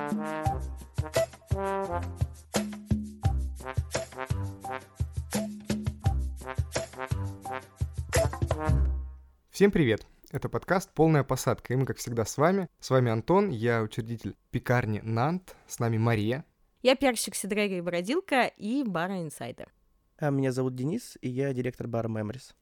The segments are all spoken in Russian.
Всем привет! Это подкаст «Полная посадка», и мы, как всегда, с вами. С вами Антон, я учредитель пекарни «Нант», с нами Мария. Я пиарщик Сидрега и Бродилка и бара «Инсайдер». А меня зовут Денис, и я директор бара «Меморис».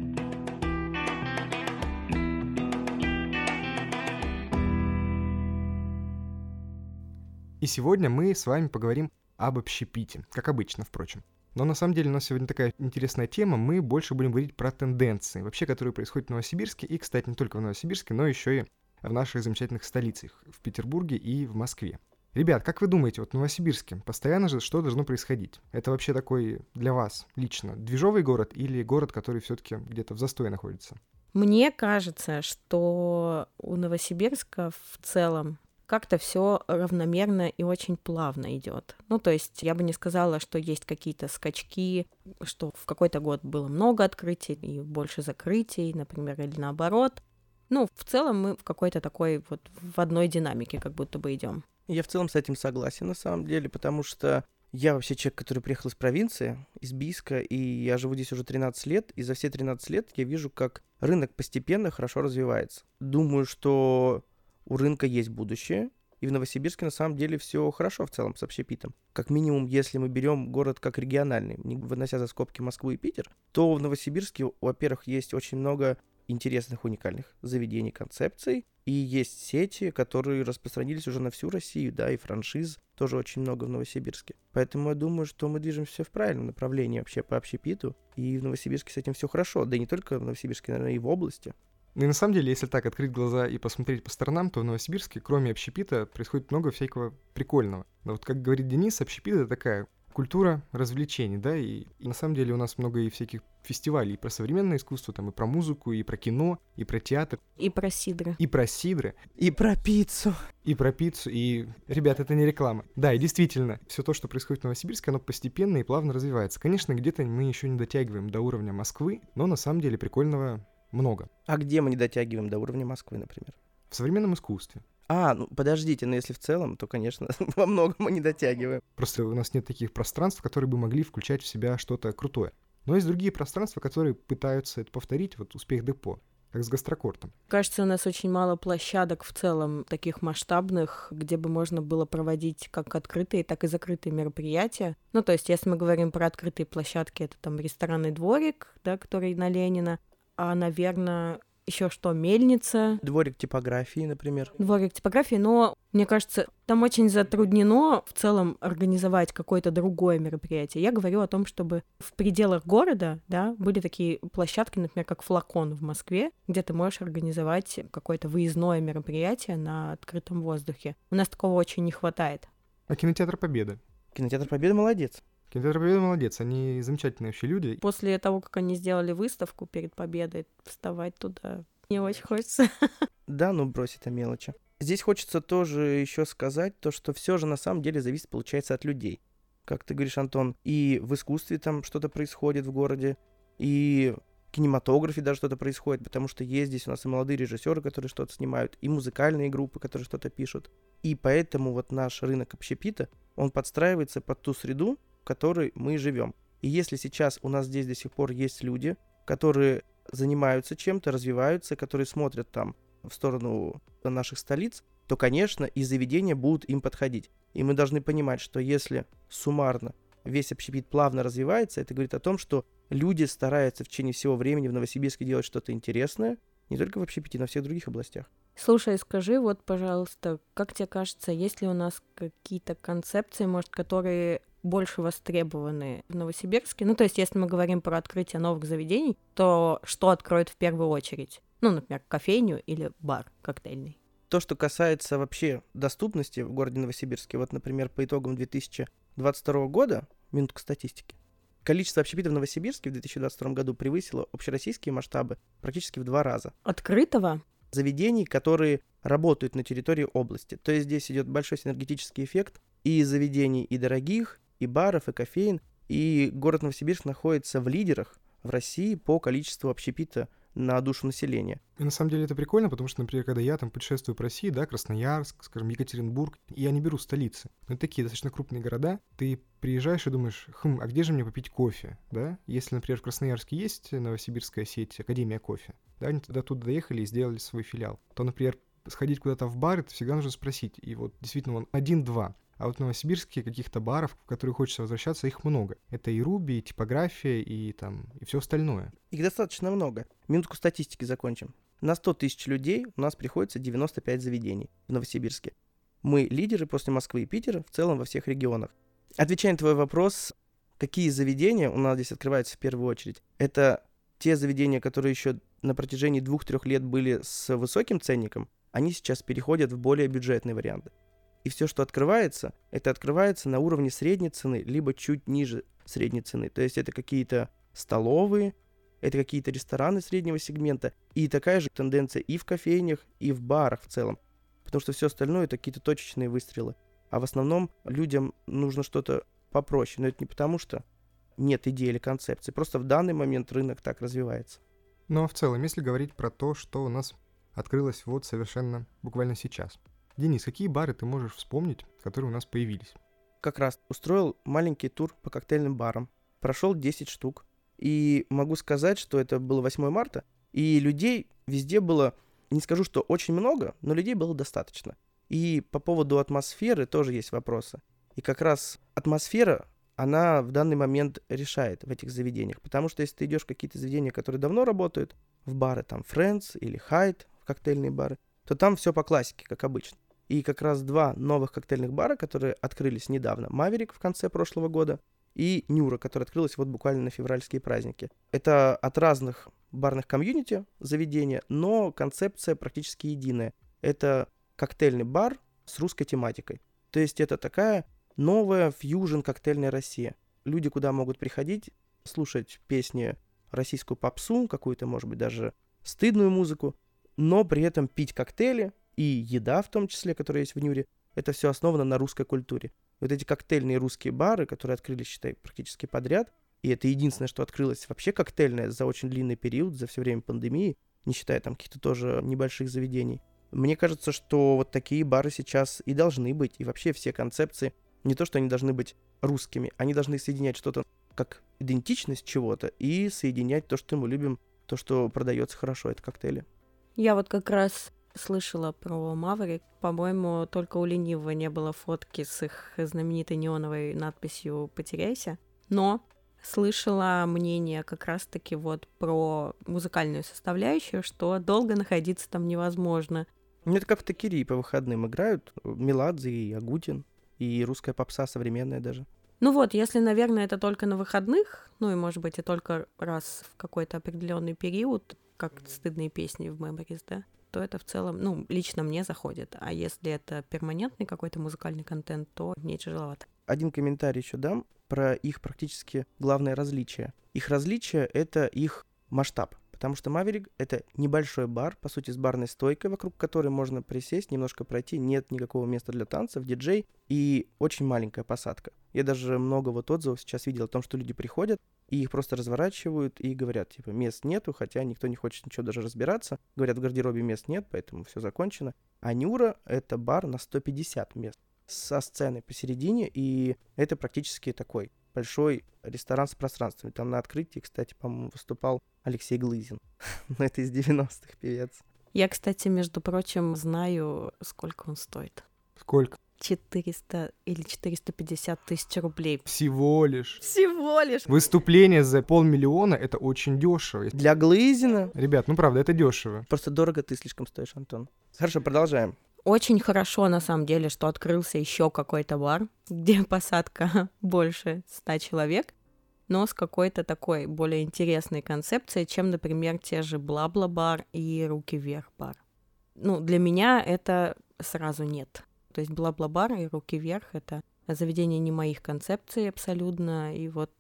И сегодня мы с вами поговорим об общепите, как обычно, впрочем. Но на самом деле у нас сегодня такая интересная тема, мы больше будем говорить про тенденции, вообще, которые происходят в Новосибирске, и, кстати, не только в Новосибирске, но еще и в наших замечательных столицах, в Петербурге и в Москве. Ребят, как вы думаете, вот в Новосибирске постоянно же что должно происходить? Это вообще такой для вас лично движовый город или город, который все-таки где-то в застое находится? Мне кажется, что у Новосибирска в целом как-то все равномерно и очень плавно идет. Ну, то есть я бы не сказала, что есть какие-то скачки, что в какой-то год было много открытий и больше закрытий, например, или наоборот. Ну, в целом мы в какой-то такой вот в одной динамике как будто бы идем. Я в целом с этим согласен, на самом деле, потому что я вообще человек, который приехал из провинции, из Бийска, и я живу здесь уже 13 лет, и за все 13 лет я вижу, как рынок постепенно хорошо развивается. Думаю, что у рынка есть будущее, и в Новосибирске на самом деле все хорошо в целом с общепитом. Как минимум, если мы берем город как региональный, не вынося за скобки Москву и Питер, то в Новосибирске, во-первых, есть очень много интересных, уникальных заведений, концепций, и есть сети, которые распространились уже на всю Россию, да, и франшиз тоже очень много в Новосибирске. Поэтому я думаю, что мы движемся в правильном направлении вообще по общепиту, и в Новосибирске с этим все хорошо, да и не только в Новосибирске, наверное, и в области. Ну и на самом деле, если так открыть глаза и посмотреть по сторонам, то в Новосибирске, кроме общепита, происходит много всякого прикольного. Но вот как говорит Денис, общепит — это такая культура развлечений, да, и на самом деле у нас много и всяких фестивалей и про современное искусство, там, и про музыку, и про кино, и про театр. И про сидры. И про сидры. И про пиццу. И про пиццу, и, ребят, это не реклама. Да, и действительно, все то, что происходит в Новосибирске, оно постепенно и плавно развивается. Конечно, где-то мы еще не дотягиваем до уровня Москвы, но на самом деле прикольного много. А где мы не дотягиваем до уровня Москвы, например? В современном искусстве. Ну подождите, но если в целом, то, конечно, во многом мы не дотягиваем. Просто у нас нет таких пространств, которые бы могли включать в себя что-то крутое. Но есть другие пространства, которые пытаются это повторить, вот успех Депо, как с гастрокортом. Кажется, у нас очень мало площадок в целом таких масштабных, где бы можно было проводить как открытые, так и закрытые мероприятия. Ну, то есть, если мы говорим про открытые площадки, это там ресторанный дворик, да, который на Ленина, а, наверное, еще что, мельница. Дворик типографии, например. Дворик типографии, но, мне кажется, там очень затруднено в целом организовать какое-то другое мероприятие. Я говорю о том, чтобы в пределах города, да, были такие площадки, например, как «Флакон» в Москве, где ты можешь организовать какое-то выездное мероприятие на открытом воздухе. У нас такого очень не хватает. А кинотеатр «Победа»? Кинотеатр «Победа» молодец. Кинотеатр «Победа» молодец, они замечательные вообще люди. После того, как они сделали выставку перед Победой, вставать туда не очень хочется. Да, ну брось, это мелочи. Здесь хочется тоже еще сказать то, что все же на самом деле зависит, получается, от людей. Как ты говоришь, Антон, и в искусстве там что-то происходит в городе, и в кинематографе даже что-то происходит, потому что есть здесь у нас и молодые режиссеры, которые что-то снимают, и музыкальные группы, которые что-то пишут. И поэтому вот наш рынок общепита, он подстраивается под ту среду, в которой мы живем. И если сейчас у нас здесь до сих пор есть люди, которые занимаются чем-то, развиваются, которые смотрят там в сторону наших столиц, то, конечно, и заведения будут им подходить. И мы должны понимать, что если суммарно весь общепит плавно развивается, это говорит о том, что люди стараются в течение всего времени в Новосибирске делать что-то интересное, не только в общепите, но и во всех других областях. Слушай, скажи вот, пожалуйста, как тебе кажется, есть ли у нас какие-то концепции, может, которые больше востребованы в Новосибирске? Ну, то есть, если мы говорим про открытие новых заведений, то что откроет в первую очередь? Ну, например, кофейню или бар коктейльный. То, что касается вообще доступности в городе Новосибирске, вот, например, по итогам 2022 года, минутка статистики, количество общепитов в Новосибирске в 2022 году превысило общероссийские масштабы практически в 2 раза. Открытого? Заведений, которые работают на территории области. То есть здесь идет большой синергетический эффект и заведений, и дорогих, и баров, и кофеин. И город Новосибирск находится в лидерах в России по количеству общепита на душу населения. И на самом деле это прикольно, потому что, например, когда я там путешествую по России, да, Красноярск, скажем, Екатеринбург, я не беру столицы. Но это такие достаточно крупные города, ты приезжаешь и думаешь, а где же мне попить кофе, да? Если, например, в Красноярске есть новосибирская сеть Академия кофе, да, они туда доехали и сделали свой филиал, то, например, сходить куда-то в бар, это всегда нужно спросить. И вот действительно он 1-2. А вот в Новосибирске каких-то баров, в которые хочется возвращаться, их много. Это и Руби, и типография, и все остальное. Их достаточно много. Минутку статистики закончим. На 100 тысяч людей у нас приходится 95 заведений в Новосибирске. Мы лидеры после Москвы и Питера в целом во всех регионах. Отвечая на твой вопрос, какие заведения у нас здесь открываются в первую очередь, это те заведения, которые еще на протяжении 2-3 лет были с высоким ценником, они сейчас переходят в более бюджетные варианты. И все, что открывается, это открывается на уровне средней цены, либо чуть ниже средней цены. То есть это какие-то столовые, это какие-то рестораны среднего сегмента. И такая же тенденция и в кофейнях, и в барах в целом. Потому что все остальное это какие-то точечные выстрелы. А в основном людям нужно что-то попроще. Но это не потому, что нет идеи или концепции. Просто в данный момент рынок так развивается. Ну а в целом, если говорить про то, что у нас открылось вот совершенно буквально сейчас. Денис, какие бары ты можешь вспомнить, которые у нас появились? Как раз устроил маленький тур по коктейльным барам. Прошел 10 штук. И могу сказать, что это было 8 марта. И людей везде было, не скажу, что очень много, но людей было достаточно. И по поводу атмосферы тоже есть вопросы. И как раз атмосфера, она в данный момент решает в этих заведениях. Потому что если ты идешь в какие-то заведения, которые давно работают, в бары там Friends или Hyde, в коктейльные бары, то там все по классике, как обычно. И как раз 2 новых коктейльных бара, которые открылись недавно. Маверик в конце прошлого года и Нюра, которая открылась вот буквально на февральские праздники. Это от разных барных комьюнити заведения, но концепция практически единая. Это коктейльный бар с русской тематикой. То есть это такая новая фьюжн коктейльная Россия. Люди куда могут приходить, слушать песни, российскую попсу, какую-то, может быть, даже стыдную музыку, но при этом пить коктейли и еда в том числе, которая есть в Нюре, это все основано на русской культуре. Вот эти коктейльные русские бары, которые открылись, считай, практически подряд, и это единственное, что открылось вообще коктейльное за очень длинный период, за все время пандемии, не считая там каких-то тоже небольших заведений. Мне кажется, что вот такие бары сейчас и должны быть, и вообще все концепции, не то, что они должны быть русскими, они должны соединять что-то как идентичность чего-то и соединять то, что мы любим, то, что продается хорошо, это коктейли. Я вот как раз слышала про Маверик. По-моему, только у ленивого не было фотки с их знаменитой неоновой надписью «Потеряйся». Но слышала мнение как раз-таки вот про музыкальную составляющую, что долго находиться там невозможно. Ну, это как в Такири по выходным играют Меладзе и Агутин, и русская попса современная даже. Ну вот, если, наверное, это только на выходных, ну и, может быть, и только раз в какой-то определенный период, как стыдные песни в Memories, да, то это в целом, ну, лично мне заходит. А если это перманентный какой-то музыкальный контент, то мне тяжеловато. Один комментарий еще дам про их практически главное различие. Их различие — это их масштаб. Потому что Маверик — это небольшой бар, по сути, с барной стойкой, вокруг которой можно присесть, немножко пройти, нет никакого места для танцев, диджей, и очень маленькая посадка. Я даже много вот отзывов сейчас видел о том, что люди приходят, и их просто разворачивают и говорят, типа, мест нету, хотя никто не хочет ничего даже разбираться. Говорят, в гардеробе мест нет, поэтому все закончено. А Нюра — это бар на 150 мест со сценой посередине, и это практически такой большой ресторан с пространством. Там на открытии, кстати, по-моему, выступал Алексей Глызин. Но это из 90-х певец. Я, кстати, между прочим, знаю, сколько он стоит. Сколько? 400 или 450 тысяч рублей. Всего лишь. Всего лишь. Выступление за 500 000 — это очень дешево. Для Глызина? Ребят, ну правда, это дешево. Просто дорого ты слишком стоишь, Антон. Хорошо, продолжаем. Очень хорошо, на самом деле, что открылся еще какой-то бар, где посадка больше 100 человек, но с какой-то такой более интересной концепцией, чем, например, те же Бла-Бла-бар и Руки Вверх бар. Ну, для меня это сразу нет. То есть Бла-Бла-бар и Руки Вверх — это заведение не моих концепций абсолютно, и вот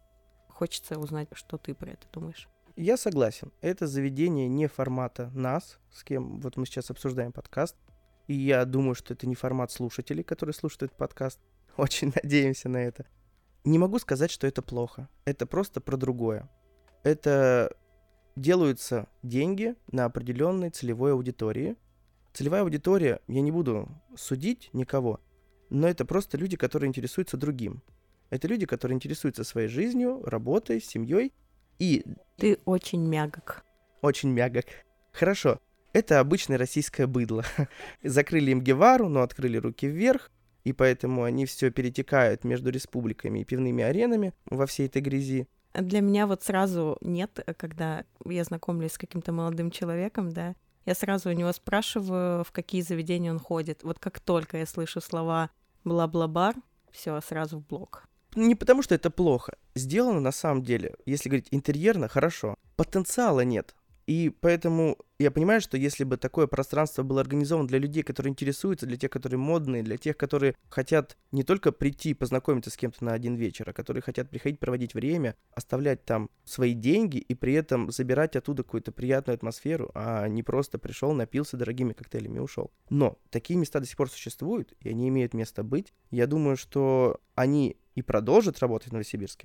хочется узнать, что ты про это думаешь. Я согласен. Это заведение не формата нас, с кем вот мы сейчас обсуждаем подкаст. И я думаю, что это не формат слушателей, которые слушают этот подкаст. Очень надеемся на это. Не могу сказать, что это плохо. Это просто про другое. Это делаются деньги на определенной целевой аудитории. Целевая аудитория, я не буду судить никого, но это просто люди, которые интересуются другим. Это люди, которые интересуются своей жизнью, работой, семьей. И Ты очень мягок. очень мягок. Хорошо. Это обычное российское быдло. Закрыли им Гевару, но открыли руки вверх, и поэтому они все перетекают между республиками и пивными аренами во всей этой грязи. Для меня вот сразу нет, когда я знакомлюсь с каким-то молодым человеком, да, я сразу у него спрашиваю, в какие заведения он ходит. Вот как только я слышу слова «бла-бла-бар», все сразу в блок. Не потому, что это плохо. Сделано на самом деле, если говорить интерьерно, хорошо. Потенциала нет. И поэтому я понимаю, что если бы такое пространство было организовано для людей, которые интересуются, для тех, которые модные, для тех, которые хотят не только прийти познакомиться с кем-то на один вечер, а которые хотят приходить, проводить время, оставлять там свои деньги и при этом забирать оттуда какую-то приятную атмосферу, а не просто пришел, напился дорогими коктейлями и ушел. Но такие места до сих пор существуют, и они имеют место быть. Я думаю, что они и продолжат работать в Новосибирске.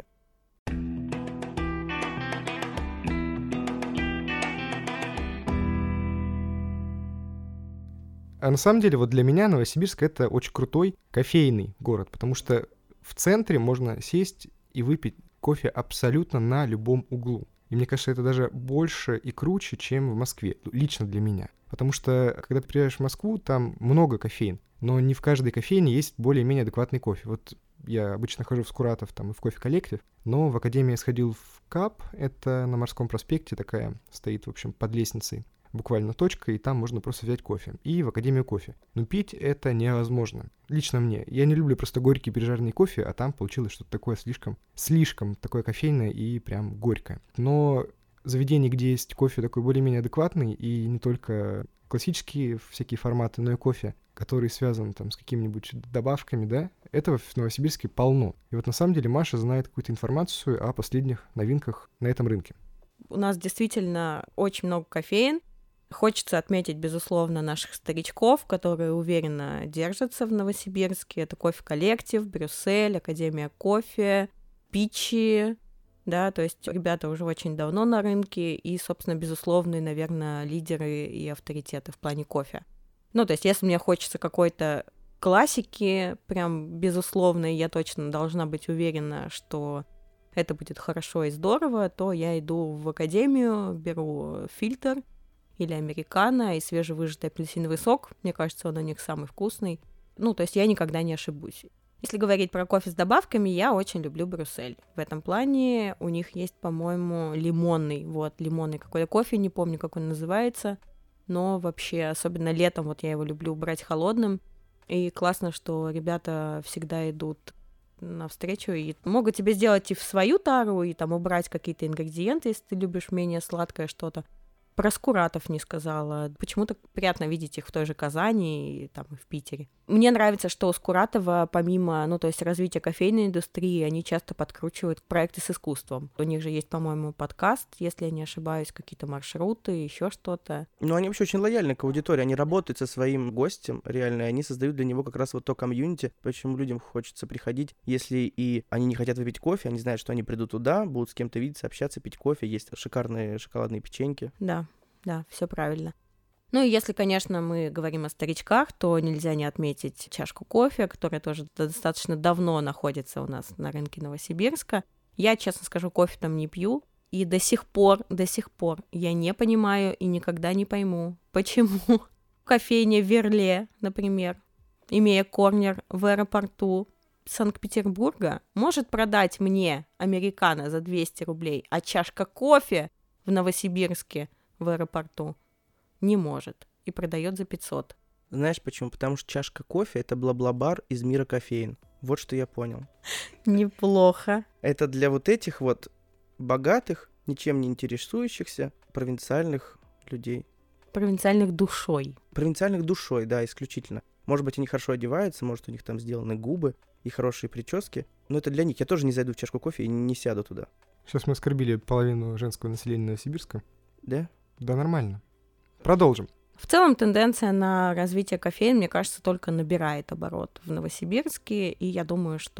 А на самом деле, вот для меня Новосибирск — это очень крутой кофейный город, потому что в центре можно сесть и выпить кофе абсолютно на любом углу. И мне кажется, это даже больше и круче, чем в Москве, лично для меня. Потому что, когда ты приезжаешь в Москву, там много кофеин, но не в каждой кофейне есть более-менее адекватный кофе. Вот я обычно хожу в Скуратов там и в Кофе Коллектив, но в Академии я сходил в КАП, это на Морском проспекте такая, стоит, в общем, под лестницей. Буквально точка, и там можно просто взять кофе. И в Академию кофе. Но пить это невозможно. Лично мне. Я не люблю просто горький пережаренный кофе, а там получилось что-то такое слишком такое кофейное и прям горькое. Но заведений, где есть кофе такой более-менее адекватный, и не только классические всякие форматы, но и кофе, который связан там с какими-нибудь добавками, да, этого в Новосибирске полно. И вот на самом деле Маша знает какую-то информацию о последних новинках на этом рынке. У нас действительно очень много кофеин. Хочется отметить, безусловно, наших старичков, которые уверенно держатся в Новосибирске. Это Кофе Коллектив, Брюссель, Академия кофе, Питчи, да, то есть ребята уже очень давно на рынке и, собственно, безусловные, наверное, лидеры и авторитеты в плане кофе. Ну, то есть если мне хочется какой-то классики, прям безусловной, я точно должна быть уверена, что это будет хорошо и здорово, то я иду в Академию, беру фильтр, или американо, и свежевыжатый апельсиновый сок. Мне кажется, он у них самый вкусный. Ну, то есть я никогда не ошибусь. Если говорить про кофе с добавками, я очень люблю Брюссель. В этом плане у них есть, по-моему, лимонный какой-то кофе, не помню, как он называется, но вообще, особенно летом, вот я его люблю брать холодным, и классно, что ребята всегда идут навстречу и могут тебе сделать и в свою тару, и там убрать какие-то ингредиенты, если ты любишь менее сладкое что-то. Про Скуратов не сказала. Почему-то приятно видеть их в той же Казани и там и в Питере. Мне нравится, что у Скуратова, помимо, то есть развития кофейной индустрии, они часто подкручивают проекты с искусством. У них же есть, по-моему, подкаст, если я не ошибаюсь, какие-то маршруты, еще что-то. Ну, они вообще очень лояльны к аудитории, они работают со своим гостем, реально, и они создают для него как раз вот то комьюнити, почему людям хочется приходить. Если и они не хотят выпить кофе, они знают, что они придут туда, будут с кем-то видеться, общаться, пить кофе, есть шикарные шоколадные печеньки. Да, все правильно. Ну и если, конечно, мы говорим о старичках, то нельзя не отметить чашку кофе, которая тоже достаточно давно находится у нас на рынке Новосибирска. Я, честно скажу, кофе там не пью, и до сих пор я не понимаю и никогда не пойму, почему кофейня Верле, например, имея корнер в аэропорту Санкт-Петербурга, может продать мне американо за 200 рублей, а чашка кофе в Новосибирске в аэропорту не может и продает за 500. Знаешь почему? Потому что чашка кофе — это бла-бла-бар из мира кофеин. Вот что я понял. Неплохо. Это для вот этих вот богатых, ничем не интересующихся провинциальных людей. Провинциальных душой. Провинциальных душой, да, исключительно. Может быть, они хорошо одеваются, может, у них там сделаны губы и хорошие прически, но это для них. Я тоже не зайду в чашку кофе и не сяду туда. Сейчас мы оскорбили половину женского населения Новосибирска. Да? Да, нормально. Продолжим. В целом тенденция на развитие кофеин, мне кажется, только набирает оборот в Новосибирске, и я думаю, что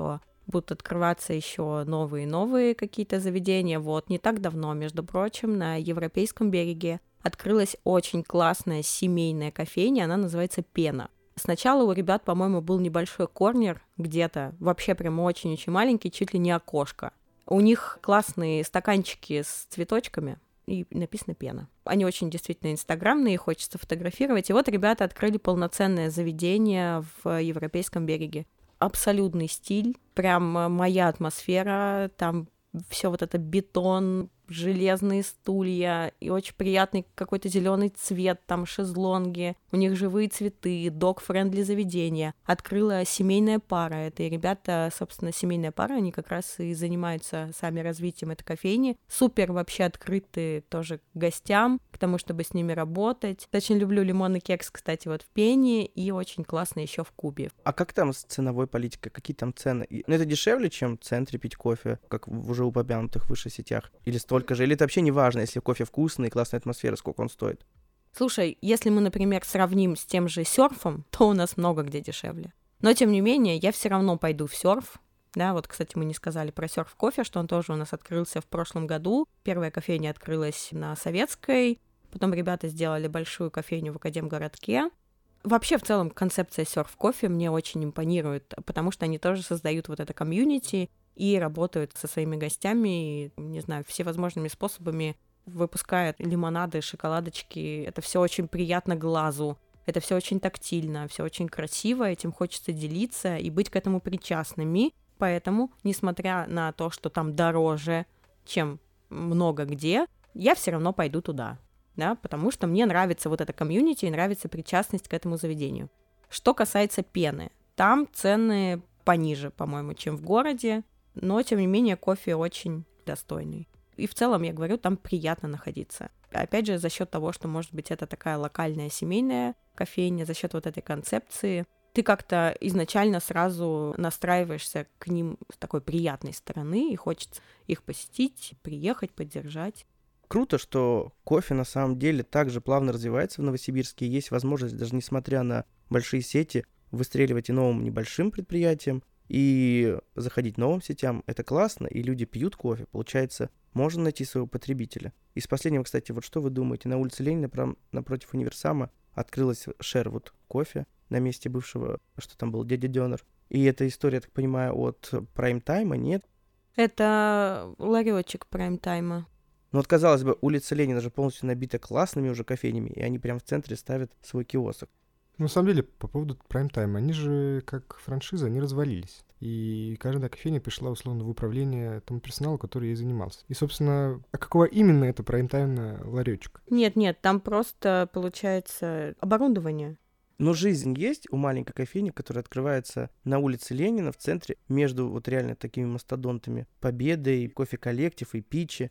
будут открываться еще новые и новые какие-то заведения. Вот, не так давно, между прочим, на Европейском береге открылась очень классная семейная кофейня, она называется «Пена». Сначала у ребят, по-моему, был небольшой корнер где-то, вообще прям очень-очень маленький, чуть ли не окошко. У них классные стаканчики с цветочками, и написано «Пена». Они очень действительно инстаграмные, хочется фотографировать. И вот ребята открыли полноценное заведение в Европейском береге. Абсолютный стиль, прям моя атмосфера, там все вот это бетон, железные стулья и очень приятный какой-то зеленый цвет, там шезлонги, у них живые цветы, dog-friendly заведение. Открыла семейная пара, это и ребята, собственно, семейная пара, они как раз и занимаются сами развитием этой кофейни. Супер вообще открыты тоже к гостям, к тому, чтобы с ними работать. Очень люблю лимонный кекс, кстати, вот в Пене, и очень классно еще в Кубе. А как там с ценовой политикой? Какие там цены? Ну, это дешевле, чем в центре пить кофе, как в уже упомянутых выше сетях? Или столько же? Или это вообще не важно, если кофе вкусный, классная атмосфера, сколько он стоит? Слушай, если мы, например, сравним с тем же серфом, то у нас много где дешевле. Но, тем не менее, я все равно пойду в серф. Да, вот, кстати, мы не сказали про серф кофе, что он тоже у нас открылся в прошлом году. Первая кофейня открылась на Советской, потом ребята сделали большую кофейню в Академгородке. Вообще, в целом, концепция серф-кофе мне очень импонирует, потому что они тоже создают вот это комьюнити и работают со своими гостями, и, не знаю, всевозможными способами выпускают лимонады, шоколадочки. Это все очень приятно глазу, это все очень тактильно, все очень красиво, этим хочется делиться и быть к этому причастными. Поэтому, несмотря на то, что там дороже, чем много где, я все равно пойду туда. Да, потому что мне нравится вот это комьюнити и нравится причастность к этому заведению. Что касается Пены, там цены пониже, по-моему, чем в городе, но, тем не менее, кофе очень достойный. И в целом, я говорю, там приятно находиться. Опять же, за счет того, что, может быть, это такая локальная семейная кофейня, за счет вот этой концепции, ты как-то изначально сразу настраиваешься к ним с такой приятной стороны, и хочется их посетить, приехать, поддержать. Круто, что кофе на самом деле также плавно развивается в Новосибирске. Есть возможность, даже несмотря на большие сети, выстреливать и новым небольшим предприятиям, и заходить новым сетям. Это классно, и люди пьют кофе. Получается, можно найти своего потребителя. Из последнего, кстати, вот что вы думаете? На улице Ленина, прямо напротив универсама, открылась Шервуд кофе на месте бывшего, что там был, дядя Дёнер. И эта история, я так понимаю, от прайм-тайма, нет? Это ларёчек прайм-тайма. Ну вот, казалось бы, улица Ленина же полностью набита классными уже кофейнями, и они прямо в центре ставят свой киоск. Ну, на самом деле, по поводу прайм-тайма, они же, как франшиза, они развалились. И каждая кофейня пришла, условно, в управление тому персоналу, который ей занимался. И, собственно, а какого именно это прайм-тайм ларёчек? Нет, там просто, получается, оборудование. Но жизнь есть у маленькой кофейни, которая открывается на улице Ленина в центре, между вот реально такими мастодонтами Победой, Кофе-коллектив и Пичи.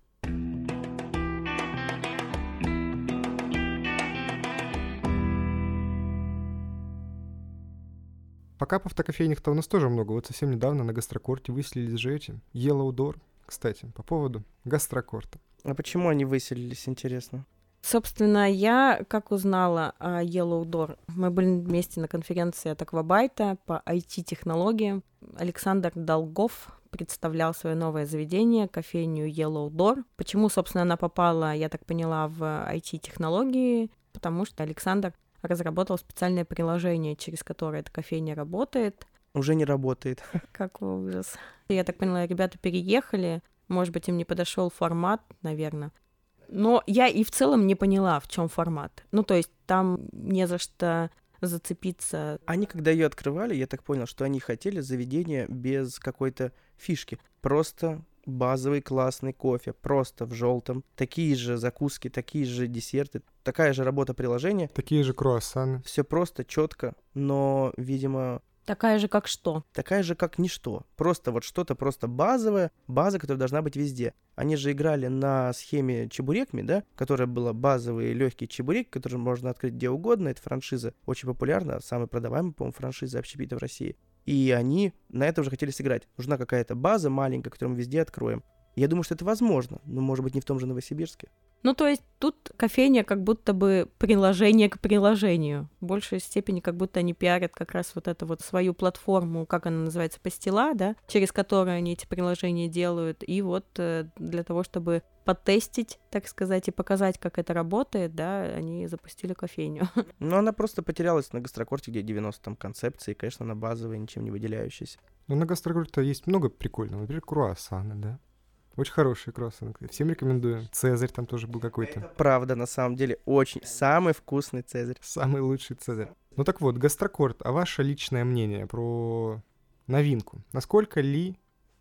Пока в автокофейнях-то у нас тоже много. Вот совсем недавно на Гастрокорте выселились же эти Yellow Door. Кстати, по поводу Гастрокорта. А почему они выселились, интересно? Собственно, я как узнала о Yellow Door? Мы были вместе на конференции от Аквабайта по IT-технологиям. Александр Долгов представлял свое новое заведение, кофейню Yellow Door. Почему, собственно, она попала, я так поняла, в IT-технологии? Потому что Александр разработал специальное приложение, через которое эта кофейня работает. Уже не работает. Какой ужас. Я так поняла, ребята переехали. Может быть, им не подошел формат, наверное. Но я и в целом не поняла, в чем формат. Ну, то есть там не за что зацепиться. Они, когда ее открывали, я так понял, что они хотели заведение без какой-то фишки. Просто базовый классный кофе, просто в желтом. Такие же закуски, такие же десерты, такая же работа приложения. Такие же круассаны. Все просто, четко, но, видимо... Такая же, как что? Такая же, как ничто. Просто вот что-то просто базовое, база, которая должна быть везде. Они же играли на схеме чебурекми, да, которая была базовый легкий чебурек, который можно открыть где угодно. Это франшиза очень популярна, самая продаваемая, по-моему, франшиза общепита в России. И они на это уже хотели сыграть. Нужна какая-то база маленькая, которую мы везде откроем. Я думаю, что это возможно, но, может быть, не в том же Новосибирске. Ну, то есть тут кофейня как будто бы приложение к приложению. В большей степени как будто они пиарят как раз вот эту вот свою платформу, как она называется, Пастила, да, через которую они эти приложения делают. И вот для того, чтобы потестить, так сказать, и показать, как это работает, да, они запустили кофейню. Ну, она просто потерялась на гастрокорте, где 90 там концепции, и, конечно, она базовая, ничем не выделяющаяся. Ну, на гастрокорте есть много прикольного. Например, круассаны, да? Очень хорошие круассаны. Всем рекомендую. Цезарь там тоже был какой-то. Правда, на самом деле, очень. Самый вкусный Цезарь. Самый лучший Цезарь. Ну так вот, гастрокорт, а ваше личное мнение про новинку? Насколько ли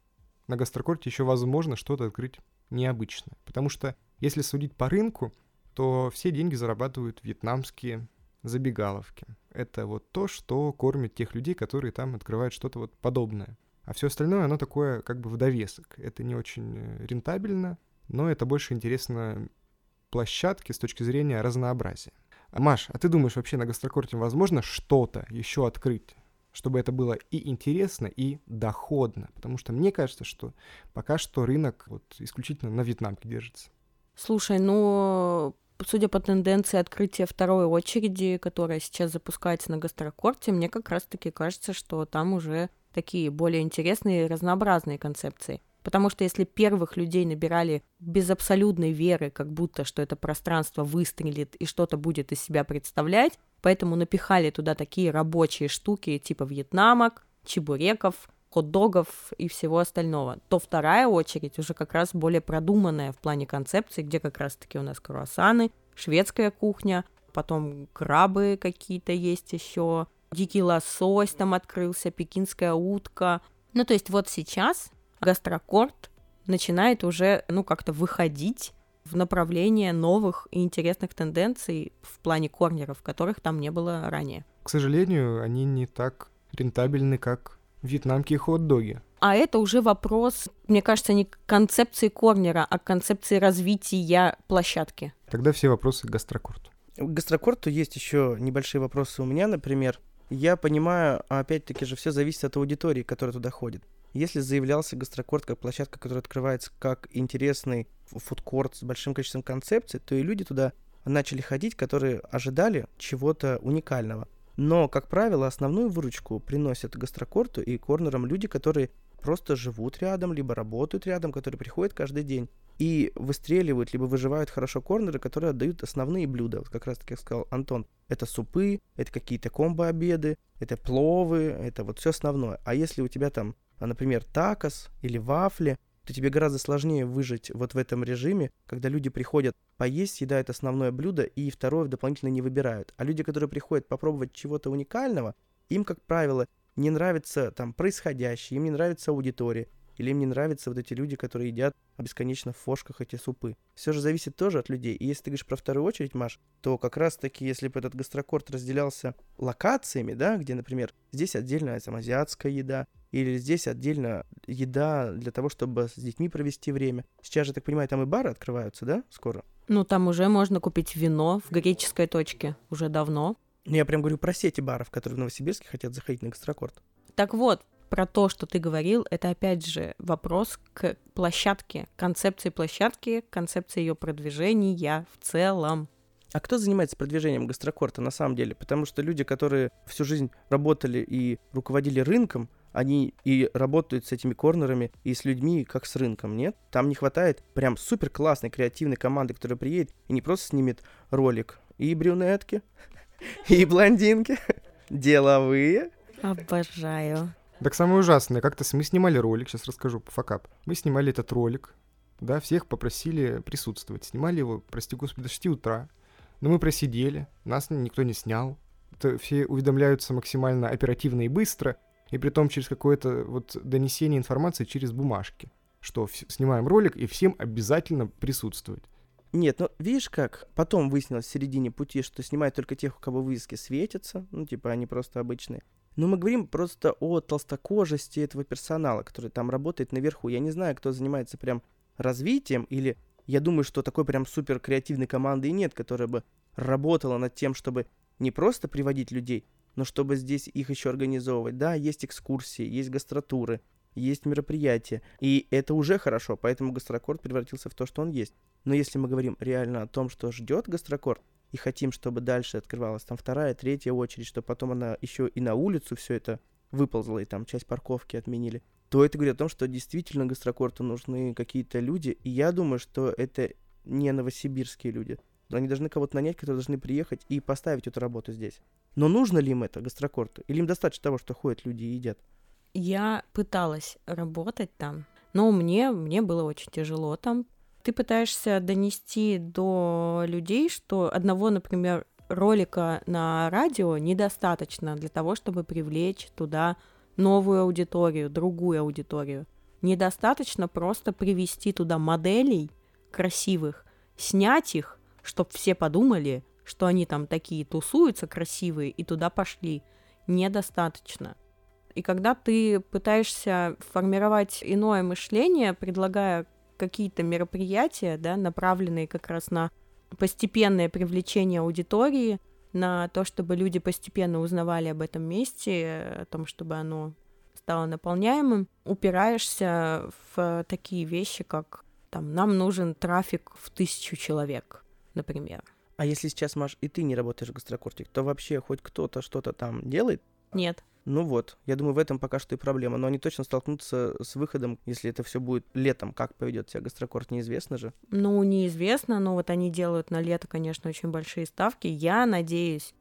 на гастрокорте еще возможно что-то открыть необычное? Потому что, если судить по рынку, то все деньги зарабатывают вьетнамские забегаловки. Это вот то, что кормит тех людей, которые там открывают что-то вот подобное. А все остальное, оно такое как бы в довесок. Это не очень рентабельно, но это больше интересно площадке с точки зрения разнообразия. Маш, а ты думаешь, вообще на гастрокорте возможно что-то еще открыть, чтобы это было и интересно, и доходно? Потому что мне кажется, что пока что рынок вот исключительно на Вьетнамке держится. Слушай, ну, судя по тенденции открытия второй очереди, которая сейчас запускается на гастрокорте, мне как раз-таки кажется, что там уже такие более интересные и разнообразные концепции. Потому что если первых людей набирали без абсолютной веры, как будто что это пространство выстрелит и что-то будет из себя представлять, поэтому напихали туда такие рабочие штуки типа вьетнамок, чебуреков, хот-догов и всего остального, то вторая очередь уже как раз более продуманная в плане концепции, где как раз-таки у нас круассаны, шведская кухня, потом крабы какие-то есть еще, дикий лосось там открылся, пекинская утка. Ну, то есть вот сейчас гастрокорт начинает уже, ну, как-то выходить в направление новых и интересных тенденций в плане корнеров, которых там не было ранее. К сожалению, они не так рентабельны, как вьетнамки и хот-доги. А это уже вопрос, мне кажется, не концепции корнера, а концепции развития площадки. Тогда все вопросы к гастрокорту. К гастрокорту есть еще небольшие вопросы у меня, например. Я понимаю, опять-таки же, все зависит от аудитории, которая туда ходит. Если заявлялся гастрокорт как площадка, которая открывается как интересный фудкорт с большим количеством концепций, то и люди туда начали ходить, которые ожидали чего-то уникального. Но, как правило, основную выручку приносят гастрокорту и корнерам люди, которые просто живут рядом, либо работают рядом, которые приходят каждый день и выстреливают, либо выживают хорошо корнеры, которые отдают основные блюда. Вот как раз-таки, как сказал Антон, это супы, это какие-то комбо-обеды, это пловы, это вот все основное. А если у тебя там, например, такос или вафли, то тебе гораздо сложнее выжить вот в этом режиме, когда люди приходят поесть, съедают основное блюдо и второе дополнительно не выбирают. А люди, которые приходят попробовать чего-то уникального, им, как правило, не нравится там происходящее, им не нравится аудитория, или им не нравятся вот эти люди, которые едят бесконечно в фошках эти супы. Все же зависит тоже от людей. И если ты говоришь про вторую очередь, Маш, то как раз-таки, если бы этот гастрокорт разделялся локациями, да, где, например, здесь отдельно там азиатская еда, или здесь отдельно еда для того, чтобы с детьми провести время. Сейчас же, так понимаю, там и бары открываются, да, скоро? Ну, там уже можно купить вино в греческой точке уже давно. Я прям говорю про сети баров, которые в Новосибирске хотят заходить на гастрокорт. Так вот, про то, что ты говорил, это опять же вопрос к площадке, концепции площадки, концепции ее продвижения в целом. А кто занимается продвижением гастрокорта на самом деле? Потому что люди, которые всю жизнь работали и руководили рынком, они и работают с этими корнерами и с людьми, как с рынком, нет? Там не хватает прям супер классной креативной команды, которая приедет и не просто снимет ролик. И брюнетки, и блондинки, деловые. Обожаю. Так самое ужасное, как-то мы снимали ролик, сейчас расскажу по факапу. Мы снимали этот ролик, да, всех попросили присутствовать. Снимали его, прости господи, до 6 утра. Но мы просидели, нас никто не снял. Это все уведомляются максимально оперативно и быстро, и притом через какое-то вот донесение информации через бумажки, что снимаем ролик, и всем обязательно присутствовать. Нет, ну видишь как, потом выяснилось в середине пути, что снимают только тех, у кого вывески светятся, ну типа они просто обычные. Но мы говорим просто о толстокожести этого персонала, который там работает наверху. Я не знаю, кто занимается прям развитием, или я думаю, что такой прям супер креативной команды и нет, которая бы работала над тем, чтобы не просто приводить людей, но чтобы здесь их еще организовывать. Да, есть экскурсии, есть гастротуры, есть мероприятия, и это уже хорошо, поэтому гастрокорт превратился в то, что он есть. Но если мы говорим реально о том, что ждет гастрокорт, и хотим, чтобы дальше открывалась там вторая, третья очередь, чтобы потом она еще и на улицу все это выползла, и там часть парковки отменили, то это говорит о том, что действительно гастрокорту нужны какие-то люди, и я думаю, что это не новосибирские люди. Они должны кого-то нанять, которые должны приехать и поставить эту работу здесь. Но нужно ли им это гастрокорту? Или им достаточно того, что ходят люди и едят? Я пыталась работать там, но мне было очень тяжело там. Ты пытаешься донести до людей, что одного, например, ролика на радио недостаточно для того, чтобы привлечь туда новую аудиторию, другую аудиторию. Недостаточно просто привести туда моделей красивых, снять их, чтобы все подумали, что они там такие тусуются красивые и туда пошли. Недостаточно. И когда ты пытаешься формировать иное мышление, предлагая какие-то мероприятия, да, направленные как раз на постепенное привлечение аудитории, на то, чтобы люди постепенно узнавали об этом месте, о том, чтобы оно стало наполняемым, упираешься в такие вещи, как там, нам нужен трафик в 1000 человек, например. А если сейчас, Маш, и ты не работаешь в гастрокорте, то вообще хоть кто-то что-то там делает? Нет. Ну вот, я думаю, в этом пока что и проблема. Но они точно столкнутся с выходом, если это все будет летом. Как поведет себя гастрокорт, неизвестно же. Ну, неизвестно, но вот они делают на лето, конечно, очень большие ставки. Я надеюсь,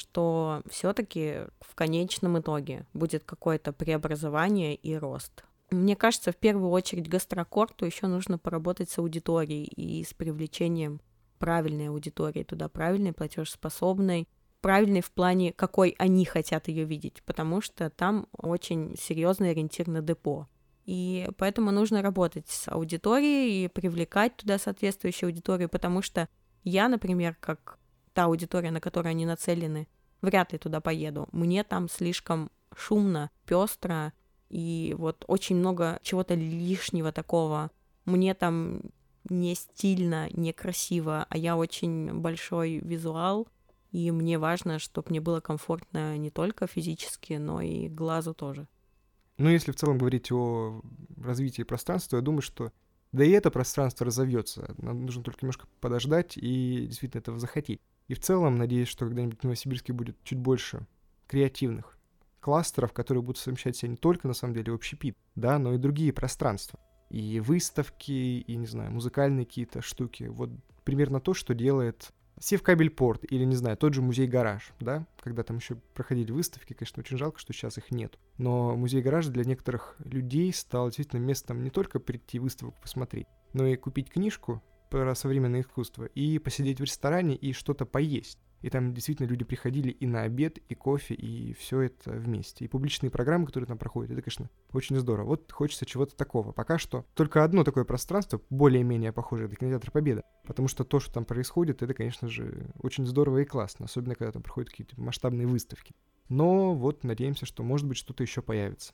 что все-таки в конечном итоге будет какое-то преобразование и рост. Мне кажется, в первую очередь гастрокорту еще нужно поработать с аудиторией и с привлечением правильной аудитории туда, правильной, платежеспособной, правильной в плане, какой они хотят ее видеть, потому что там очень серьезный ориентир на депо. И поэтому нужно работать с аудиторией и привлекать туда соответствующую аудиторию, потому что я, например, как та аудитория, на которую они нацелены, вряд ли туда поеду. Мне там слишком шумно, пестро, и вот очень много чего-то лишнего такого. Мне там не стильно, не красиво, а я очень большой визуал, и мне важно, чтобы мне было комфортно не только физически, но и глазу тоже. Ну, если в целом говорить о развитии пространства, я думаю, что да и это пространство разовьется. Нам нужно только немножко подождать и действительно этого захотеть. И в целом, надеюсь, что когда-нибудь в Новосибирске будет чуть больше креативных кластеров, которые будут совмещать в себе не только, на самом деле, общепит, да, но и другие пространства. И выставки, и, не знаю, музыкальные какие-то штуки. Вот примерно то, что делает Севкабельпорт или, не знаю, тот же музей-гараж, да, когда там еще проходили выставки, конечно, очень жалко, что сейчас их нет. Но музей-гараж для некоторых людей стал действительно местом не только прийти выставку посмотреть, но и купить книжку про современное искусство и посидеть в ресторане и что-то поесть. И там действительно люди приходили и на обед, и кофе, и все это вместе. И публичные программы, которые там проходят, это, конечно, очень здорово. Вот хочется чего-то такого. Пока что только одно такое пространство, более-менее похожее, это кинотеатр Победа. Потому что то, что там происходит, это, конечно же, очень здорово и классно. Особенно, когда там проходят какие-то масштабные выставки. Но вот надеемся, что, может быть, что-то еще появится.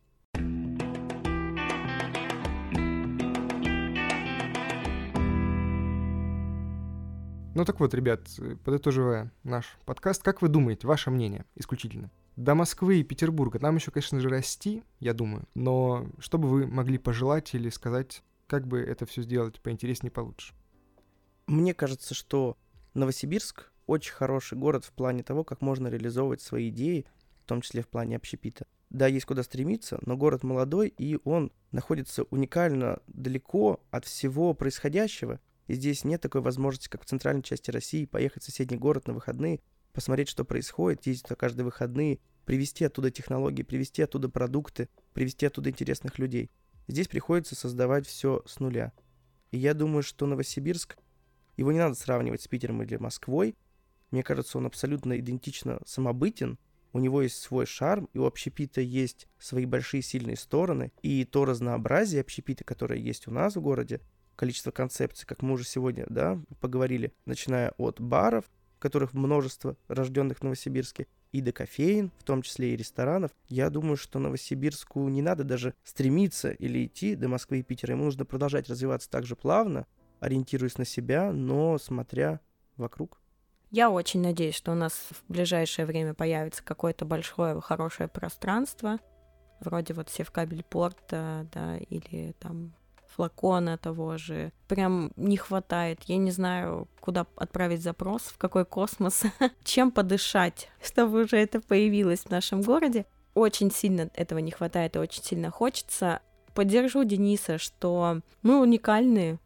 Ну так вот, ребят, подытоживая наш подкаст, как вы думаете, ваше мнение исключительно? До Москвы и Петербурга нам еще, конечно же, расти, я думаю, но что бы вы могли пожелать или сказать, как бы это все сделать поинтереснее, получше? Мне кажется, что Новосибирск очень хороший город в плане того, как можно реализовывать свои идеи, в том числе в плане общепита. Да, есть куда стремиться, но город молодой, и он находится уникально далеко от всего происходящего. И здесь нет такой возможности, как в центральной части России, поехать в соседний город на выходные, посмотреть, что происходит, ездить туда каждые выходные, привезти оттуда технологии, привезти оттуда продукты, привезти оттуда интересных людей. Здесь приходится создавать все с нуля. И я думаю, что Новосибирск, его не надо сравнивать с Питером или Москвой. Мне кажется, он абсолютно идентично самобытен. У него есть свой шарм, и у общепита есть свои большие сильные стороны. И то разнообразие общепита, которое есть у нас в городе, количество концепций, как мы уже сегодня, да, поговорили, начиная от баров, которых множество рожденных в Новосибирске, и до кофеин, в том числе и ресторанов. Я думаю, что Новосибирску не надо даже стремиться или идти до Москвы и Питера. Ему нужно продолжать развиваться так же плавно, ориентируясь на себя, но смотря вокруг. Я очень надеюсь, что у нас в ближайшее время появится какое-то большое, хорошее пространство, вроде вот Севкабельпорта, да, или там флакона того же. Прям не хватает. Я не знаю, куда отправить запрос, в какой космос, чем подышать, чтобы уже это появилось в нашем городе. Очень сильно этого не хватает и очень сильно хочется. Поддержу Дениса, что мы уникальны,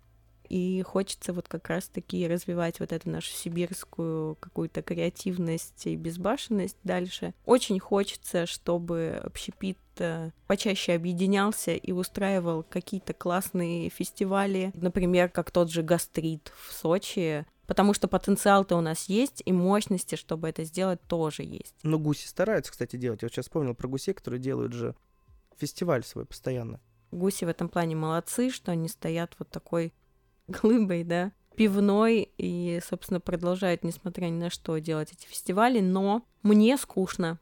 и хочется вот как раз-таки развивать вот эту нашу сибирскую какую-то креативность и безбашенность дальше. Очень хочется, чтобы общепит почаще объединялся и устраивал какие-то классные фестивали, например, как тот же «Гастрит» в Сочи, потому что потенциал-то у нас есть, и мощности, чтобы это сделать, тоже есть. Но гуси стараются, кстати, делать. Я вот сейчас вспомнил про гусей, которые делают же фестиваль свой постоянно. Гуси в этом плане молодцы, что они стоят вот такой глыбой, да, пивной, и, собственно, продолжают, несмотря ни на что, делать эти фестивали, но мне скучно.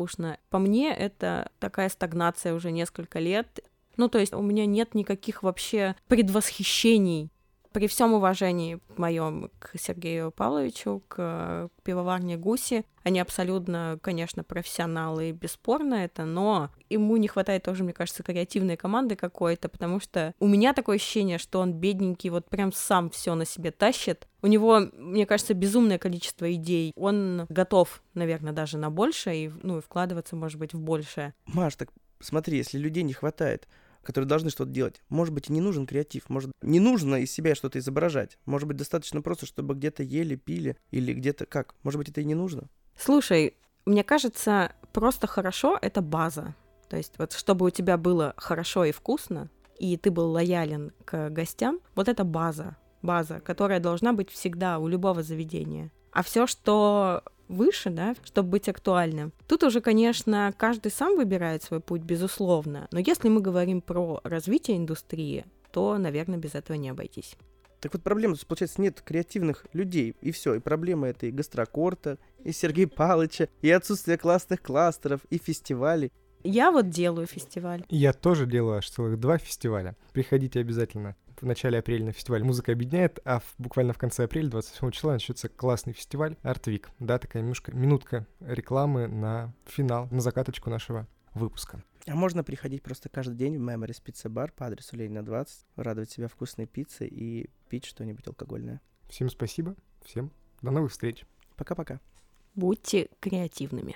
По мне, это такая стагнация уже несколько лет. Ну, то есть у меня нет никаких вообще предвосхищений. При всем уважении моем к Сергею Павловичу, к пивоварне «Гуси», они абсолютно, конечно, профессионалы, и бесспорно это, но ему не хватает тоже, мне кажется, креативной команды какой-то, потому что у меня такое ощущение, что он бедненький, вот прям сам все на себе тащит. У него, мне кажется, безумное количество идей. Он готов, наверное, даже на большее, и вкладываться, может быть, в большее. Маш, так смотри, если людей не хватает, которые должны что-то делать. Может быть, и не нужен креатив, может, не нужно из себя что-то изображать. Может быть, достаточно просто, чтобы где-то ели, пили, или где-то как. Может быть, это и не нужно. Слушай, мне кажется, просто хорошо — это база. То есть вот чтобы у тебя было хорошо и вкусно, и ты был лоялен к гостям, вот это база, которая должна быть всегда у любого заведения. А все, что выше, да, чтобы быть актуальным. Тут уже, конечно, каждый сам выбирает свой путь, безусловно. Но если мы говорим про развитие индустрии, то, наверное, без этого не обойтись. Так вот, проблема, получается, нет креативных людей, и все. И проблема это и гастрокорта, и Сергея Павловича, и отсутствие классных кластеров, и фестивалей. Я вот делаю фестиваль. Я тоже делаю аж целых 2 фестиваля. Приходите обязательно. В начале апреля на фестиваль «Музыка объединяет», а буквально в конце апреля, 28 числа, начнется классный фестиваль «Art-Week». Да, такая минутка рекламы на финал, на закаточку нашего выпуска. А можно приходить просто каждый день в Memories Pizza Bar по адресу Ленина 20, радовать себя вкусной пиццей и пить что-нибудь алкогольное. Всем спасибо, всем до новых встреч. Пока-пока. Будьте креативными.